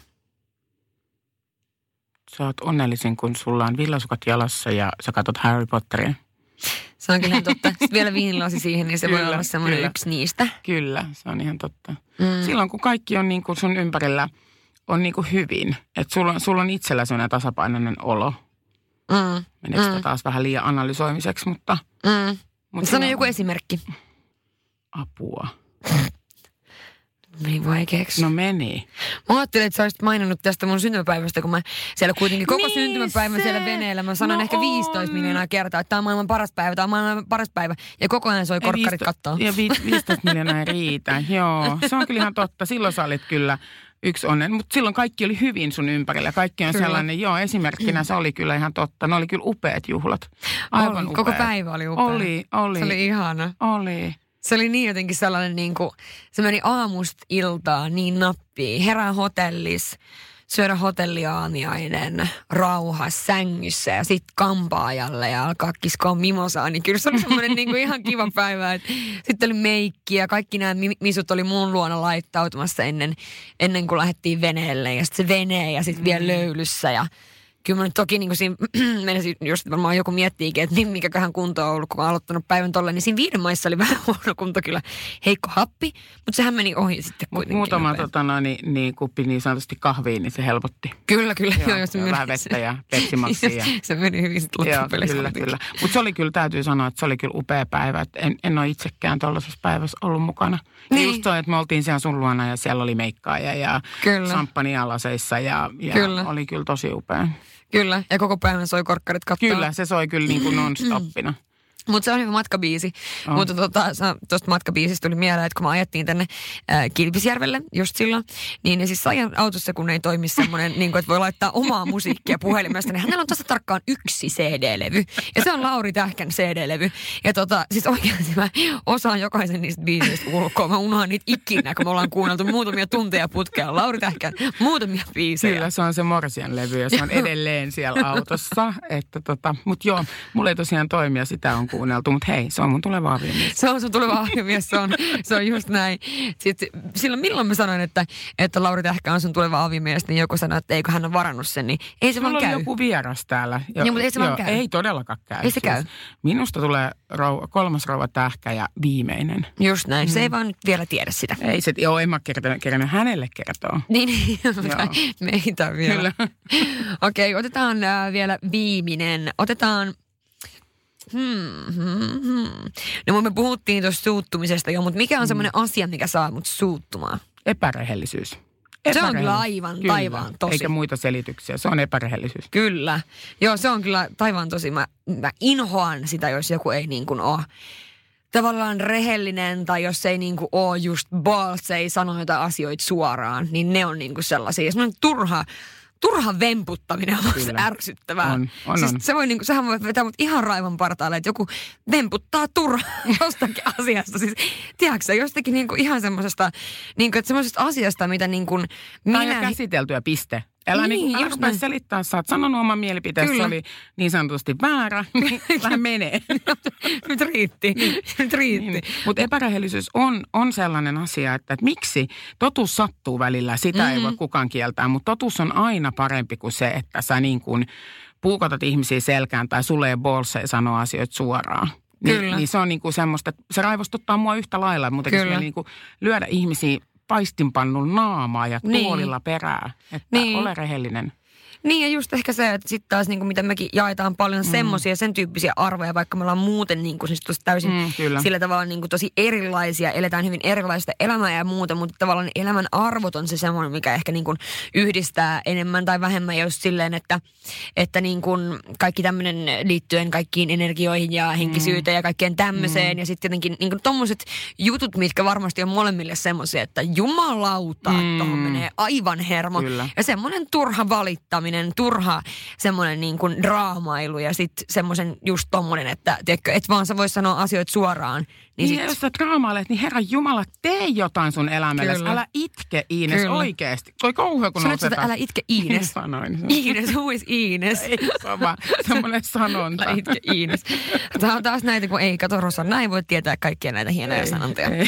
Sä oot onnellisin, kun sulla on villasukat jalassa ja sä katsot Harry Potteria. Se on kyllä totta. Sitten vielä viinilasi siihen, niin se kyllä, voi olla semmoinen yksi niistä. Kyllä, se on ihan totta. Mm. Silloin, kun kaikki on niin kuin sun ympärillä on niin kuin hyvin. Että sulla, sulla on itsellä sellainen tasapainoinen olo. Mm. Meneekö mm. taas vähän liian analysoimiseksi, mutta... Mm. mutta sano joku esimerkki. Apua. Meni vaikeaksi. No meni. Mä ajattelin, että sä olisit maininnut tästä mun syntymäpäivästä, kun mä siellä kuitenkin koko niin syntymäpäivän se. siellä veneellä. Mä sanon no ehkä viisitoista miljoonaa kertaa, että tää on maailman paras päivä, tää on maailman paras päivä. Ja koko ajan soi korkkarit kattoo. Ja viisitoista miljoonaa ei riitä, joo. Se on kyllä ihan totta. Silloin sä olit kyllä yksi onnen, mutta silloin kaikki oli hyvin sun ympärillä. Kaikki on kyllä. Sellainen, joo, esimerkkinä se oli kyllä ihan totta. Ne oli kyllä upeat juhlat. Aivan oli, upeat. Koko päivä oli upea. Oli, oli. Se oli ihana. Oli. Se oli niin jotenkin sellainen niin kuin, se meni aamusta iltaan niin nappiin. Herää hotellis, syödä hotelliaamiainen, rauha sängyssä ja sitten kampaajalle ja alkaa kiskoa mimosaa. Niin kyllä se oli semmoinen niin kuin ihan kiva päivä. Sitten oli meikki ja kaikki nämä misut oli mun luona laittautumassa ennen, ennen kuin lähdettiin veneelle. Ja sitten se vene ja sitten vielä löylyssä ja... Kyllä mä nyt toki niin kuin siinä, mennäisin, jos varmaan joku miettiikin, että mikäköhän kunto on ollut, kun on aloittanut päivän tolleen, niin siinä viiden maissa oli vähän huono kunto kyllä, heikko happi, mutta sehän meni ohi sitten kuitenkin. Muutama tota, no, niin, niin, kuppi niin sanotusti kahviin, niin se helpotti. Kyllä, kyllä. Joo, joo, se vähän vettä ja pepsimaksia. Se meni hyvin sitten loppupeleissä. Kyllä, kyllä. Mutta se oli kyllä, täytyy sanoa, että se oli kyllä upea päivä. Että en, en ole itsekään tuollaisessa päivässä ollut mukana. Niin. Just toi, että me oltiin siellä sun luona ja siellä oli meikkaaja ja samppanialaseissa ja, ja kyllä. Oli kyllä tosi upea. Kyllä, ja koko päivän soi korkkarit kattoa. Kyllä, se soi kyllä niin kuin non-stoppina. Mutta se on hyvä matkabiisi. Oh. Mutta tuosta tota, matkabiisistä tuli mieleen, että kun me ajettiin tänne ää, Kilpisjärvelle just silloin, niin ne siis ajan autossa, kun ei toimi semmoinen, niin kuin, että voi laittaa omaa musiikkia puhelimesta, niin hänellä on tasa tarkkaan yksi C D-levy. Ja se on Lauri Tähkän C D-levy. Ja tota, siis oikeasti mä osaan jokaisen niistä biisistä ulkoa. Mä unohan niitä ikinä, kun me ollaan kuunneltu muutamia tunteja putkea. Lauri Tähkän muutamia biisejä. Kyllä, se on se Morsian levy ja se on edelleen siellä autossa. Että tota, mutta joo, mulla ei tosiaan toimia, sitä on kuunneltu, mutta hei, se on mun tuleva aviomies. Se on sun tuleva aviomies, se on, se on just näin. Sitten silloin milloin mä sanoin, että, että Lauri Tähkä on sun tuleva aviomies, niin joku sanoi, että eikö hän ole varannut sen, niin ei se Mulla vaan käy. on joku vieras täällä. Jo, Joo, mutta ei se joo, vaan käy. Ei todellakaan käy. Ei se käy. Minusta tulee rouva, kolmas rouva Tähkä ja viimeinen. Just näin, mm. se ei vaan nyt vielä tiedä sitä. Ei se, joo, en mä kerännyt hänelle kertoa. Niin, niin meitä vielä. Kyllä. Okei, okay, otetaan äh, vielä viimeinen. Otetaan... Hmm, hmm, hmm. No me puhuttiin tuosta suuttumisesta jo, mutta mikä on semmoinen hmm. asia, mikä saa mut suuttumaan? Epärehellisyys. Se on kyllä aivan kyllä. taivaan tosi. Eikä muita selityksiä, se on epärehellisyys. Kyllä. Joo, se on kyllä taivaan tosi. Mä, mä inhoan sitä, jos joku ei niin kuin ole tavallaan rehellinen tai jos ei niin kuin ole just balls, ei sano jotain asioita suoraan, niin ne on niin kuin sellaisia. Semmoinen turha... Turha vemputtaminen on musta ärsyttävää. On, on, siis on. Se voi niinku, sehän voi vetää mut ihan raivon partaalle, että joku vemputtaa turhaa jostakin asiasta. Siis, tiedätkö sä, jostakin niinku ihan semmosesta, niinku, että semmosesta asiasta, mitä niinku minä... Tai käsiteltyä piste. Älä niin, niin älä rupea selittää, sä oot sanonut oman mielipiteesi, se oli niin sanotusti väärä, niin vähän menee. Nyt riitti, nyt riitti. Niin, mutta epärehellisyys on, on sellainen asia, että, että miksi totuus sattuu välillä, sitä mm-hmm. ei voi kukaan kieltää, mutta totuus on aina parempi kuin se, että sä niin kuin puukotat ihmisiä selkään tai sulle ei bolseja sanoa asioita suoraan. Niin, niin se on niin kuin semmoista, se raivostuttaa mua yhtä lailla, mutta tekisi niin kuin lyödä ihmisiä paistinpannun naamaa ja tuolilla niin. perää, että niin. ole rehellinen. Niin ja just ehkä se, että sitten taas niin kuin mitä mekin jaetaan paljon mm. semmoisia, sen tyyppisiä arvoja, vaikka me ollaan muuten niin kuin, siis tosi täysin mm, sillä tavalla niin kuin tosi erilaisia, eletään hyvin erilaista elämää ja muuta, mutta tavallaan elämän arvot on se semmoinen, mikä ehkä niin kuin yhdistää enemmän tai vähemmän just silleen, että, että niin kuin kaikki tämmöinen liittyen kaikkiin energioihin ja henkisyyteen mm. ja kaikkeen tämmöiseen mm. ja sitten jotenkin niin kuin tommoset jutut, mitkä varmasti on molemmille semmoisia, että jumalauta, mm. tuohon menee aivan hermo. Kyllä. Ja semmoinen turha valittaminen, turha semmoinen niin kuin draamailu ja sitten semmoisen just tommonen, että tiedätkö, et vaan sä vois sanoa asioita suoraan. Niin, niin sit... jos sä draamailet, niin Herran Jumala, tee jotain sun elämällesi. Älä itke, Iines, Kyllä. oikeesti. Toi kauhea, kun Sanoit sitä, älä itke, Iines. Sanoin. Iines, who is Iines? Ei, se on vaan semmoinen sanonta. Älä itke, Iines. Tämä on taas näitä, kun ei kato Rosa, näin voi tietää kaikkia näitä hienoja sanontoja. Ei.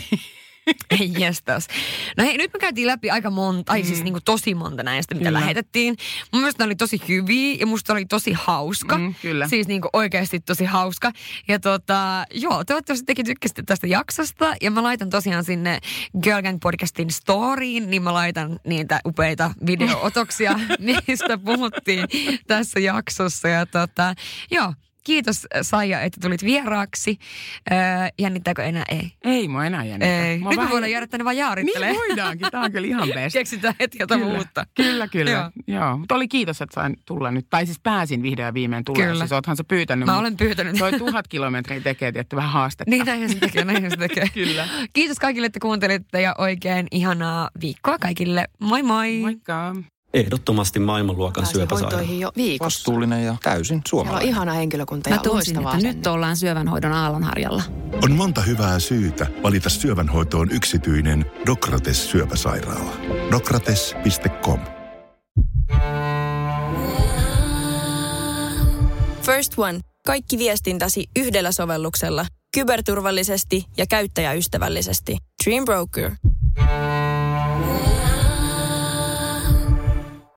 Ei jestas. No hei, nyt me käytiin läpi aika monta, ai mm. siis niin kuin tosi monta näistä, mitä kyllä. lähetettiin. Mun mielestä ne oli tosi hyviä ja musta oli tosi hauska. Mm, kyllä. Siis niin kuin oikeasti tosi hauska. Ja tota, joo, toivottavasti tekin tykkäsitte tästä jaksosta. Ja mä laitan tosiaan sinne Girl Gang podcastin storyin, niin mä laitan niitä upeita video-otoksia, mistä puhuttiin tässä jaksossa. Ja tota, joo. Kiitos Saija, että tulit vieraaksi. Öö, jännittääkö enää? Ei. Ei mua enää jännittää. Ei. Nyt vähän... me voidaan jäädä tänne vaan jaarittelemaan. Niin voidaankin. Tämä on kyllä ihan best. Keksitään heti jotain uutta. Kyllä, kyllä. Joo. Joo. Mutta oli kiitos, että sain tulla nyt. Tai siis pääsin vihdoin ja viimein tulla. Kyllä. Siis oothan sä pyytänyt. Mä olen pyytänyt. Toi tuhat kilometriä tekee, että vähän haastetta. Niin, näinhän se tekee, näinhän se tekee. Kyllä. Kiitos kaikille, että kuuntelitte ja oikein ihanaa viikkoa kaikille. Moi moi. Moikka. Ehdottomasti maailmanluokan syöpäsairaala. Jo viikossa. Vastuullinen ja täysin suomalainen. Siellä on ihana henkilökunta ja loistavaa. Että nyt ollaan syövänhoidon aallonharjalla. On monta hyvää syytä valita syövänhoitoon yksityinen Dokrates syöpäsairaala. Dokrates piste com. First One. Kaikki viestintäsi yhdellä sovelluksella. Kyberturvallisesti ja käyttäjäystävällisesti. Dream Broker.